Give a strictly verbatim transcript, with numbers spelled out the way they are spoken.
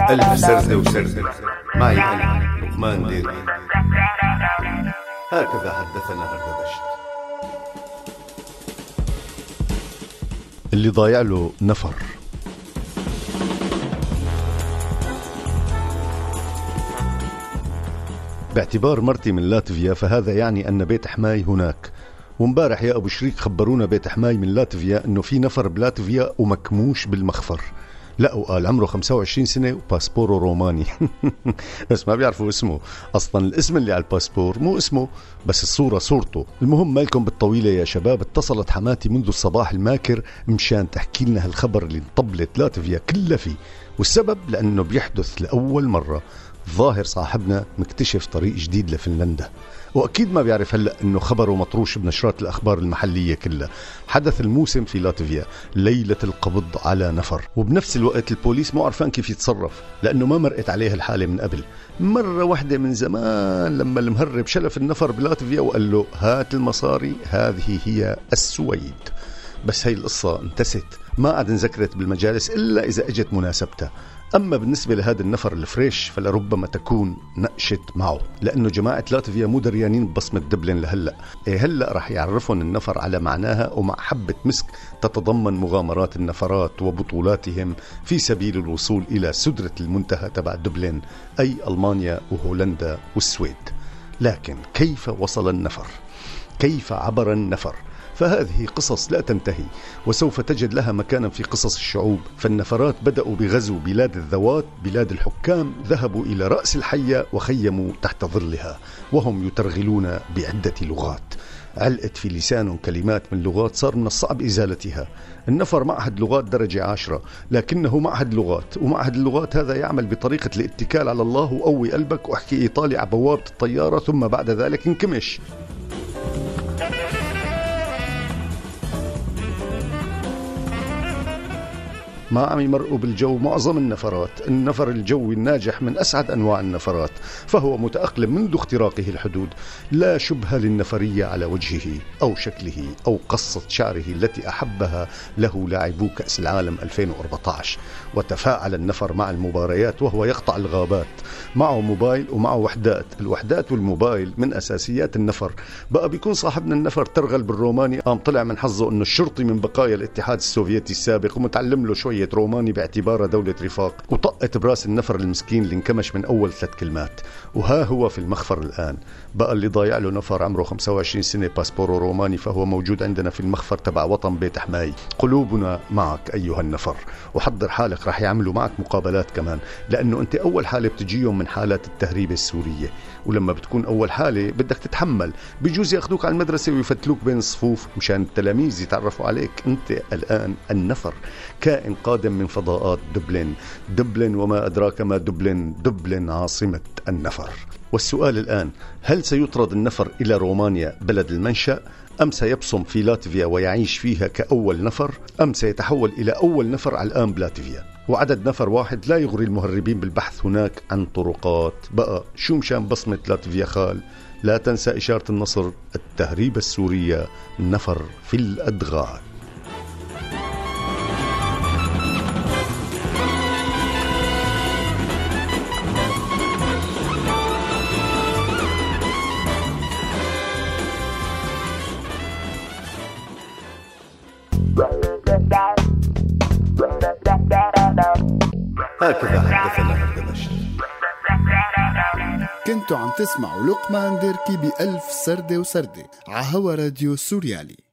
ألف سردة وسردة معي أنا لقمان ديري. هكذا حدثنا هردبشت. اللي ضايع له نفر. باعتبار مرتي من لاتفيا فهذا يعني أن بيت حماي هناك، ومبارح يا أبو شريك خبرونا بيت حماي من لاتفيا أنه في نفر بلاتفيا ومكموش بالمخفر. لا، وقال عمره خمسة وعشرين سنة وباسبوره روماني. بس ما بيعرفوا اسمه أصلا، الاسم اللي على الباسبور مو اسمه بس الصورة صورته. المهم مالكم بالطويلة يا شباب، اتصلت حماتي منذ الصباح الماكر مشان تحكي لنا هالخبر اللي انطبلت لاتفيا كلها فيه، والسبب لأنه بيحدث لأول مرة. ظاهر صاحبنا مكتشف طريق جديد لفنلندا، وأكيد ما بيعرف هلأ أنه خبره مطروش بنشرات الأخبار المحلية كلها. حدث الموسم في لاتفيا، ليلة القبض على نفر، وبنفس الوقت البوليس مو عارفان كيف يتصرف لأنه ما مرقت عليه الحالة من قبل. مرة واحدة من زمان لما المهرب شلف النفر بلاتفيا وقال له هات المصاري، هذه هي السويد. بس هاي القصة انتست، ما عاد انذكرت بالمجالس إلا إذا اجت مناسبتها. أما بالنسبة لهذا النفر الفريش فلربما تكون نقشت معه، لأنه جماعة لاتفيا مو دريانين ببصمة دبلن لهلأ. إيه هلأ رح يعرفون النفر على معناها، ومع حبة مسك تتضمن مغامرات النفرات وبطولاتهم في سبيل الوصول إلى سدرة المنتهى تبع دبلن، أي ألمانيا وهولندا والسويد. لكن كيف وصل النفر؟ كيف عبر النفر؟ فهذه قصص لا تنتهي، وسوف تجد لها مكانا في قصص الشعوب. فالنفرات بدأوا بغزو بلاد الذوات، بلاد الحكام، ذهبوا إلى رأس الحية وخيموا تحت ظلها، وهم يترغلون بعدة لغات. علقت في لسان كلمات من لغات صار من الصعب إزالتها. النفر معهد لغات درجة عشرة، لكنه معهد لغات، ومعهد اللغات هذا يعمل بطريقة الاتكال على الله، وقوي قلبك واحكي إيطالي على بوابة الطيارة ثم بعد ذلك انكمش. ما عم يمرقوا بالجو معظم النفرات. النفر الجوي الناجح من أسعد أنواع النفرات، فهو متأقلم منذ اختراقه الحدود. لا شبهة للنفرية على وجهه أو شكله أو قصة شعره التي أحبها له لاعبو كأس العالم ألفين وأربعة عشر. وتفاعل النفر مع المباريات وهو يقطع الغابات. معه موبايل ومعه وحدات. الوحدات والموبايل من أساسيات النفر. بقى بيكون صاحبنا النفر ترغل بالروماني، قام طلع من حظه أنه الشرطي من بقايا الاتحاد السوفيتي السابق ومتعلم له شوية روماني باعتباره دولة رفاق، وطقت براس النفر المسكين اللي انكمش من أول ثلاث كلمات. وها هو في المخفر الآن. بقى اللي ضايع له نفر عمره خمسة وعشرين سنة باسبوره روماني، فهو موجود عندنا في المخفر تبع وطن بيت حماي. قلوبنا معك أيها النفر، وحضر حالك رح يعملوا معك مقابلات كمان، لأنه أنت أول حالة بتجيهم من حالات التهريب السورية، ولما بتكون أول حالة بدك تتحمل. بيجوز يأخذوك على المدرسة ويفتلوك بين الصفوف مشان التلاميذ يتعرفوا عليك. أنت الآن النفر، كائن قادم من فضاءات دبلن. دبلن وما أدراك ما دبلن، دبلن عاصمة النفر. والسؤال الآن، هل سيطرد النفر إلى رومانيا بلد المنشأ، أم سيبصم في لاتفيا ويعيش فيها كأول نفر، أم سيتحول إلى أول نفر على الآن بلاتفيا؟ وعدد نفر واحد لا يغري المهربين بالبحث هناك عن طرقات. بقى شو مشان بصمة لاتفيا خال؟ لا تنسى إشارة النصر، التهريب السورية، نفر في الأدغال. هكذا حدثنا هردبشت. كنتوا عم تسمعوا لقمان ديركي بألف سردة وسردة عهوا راديو سوريالي.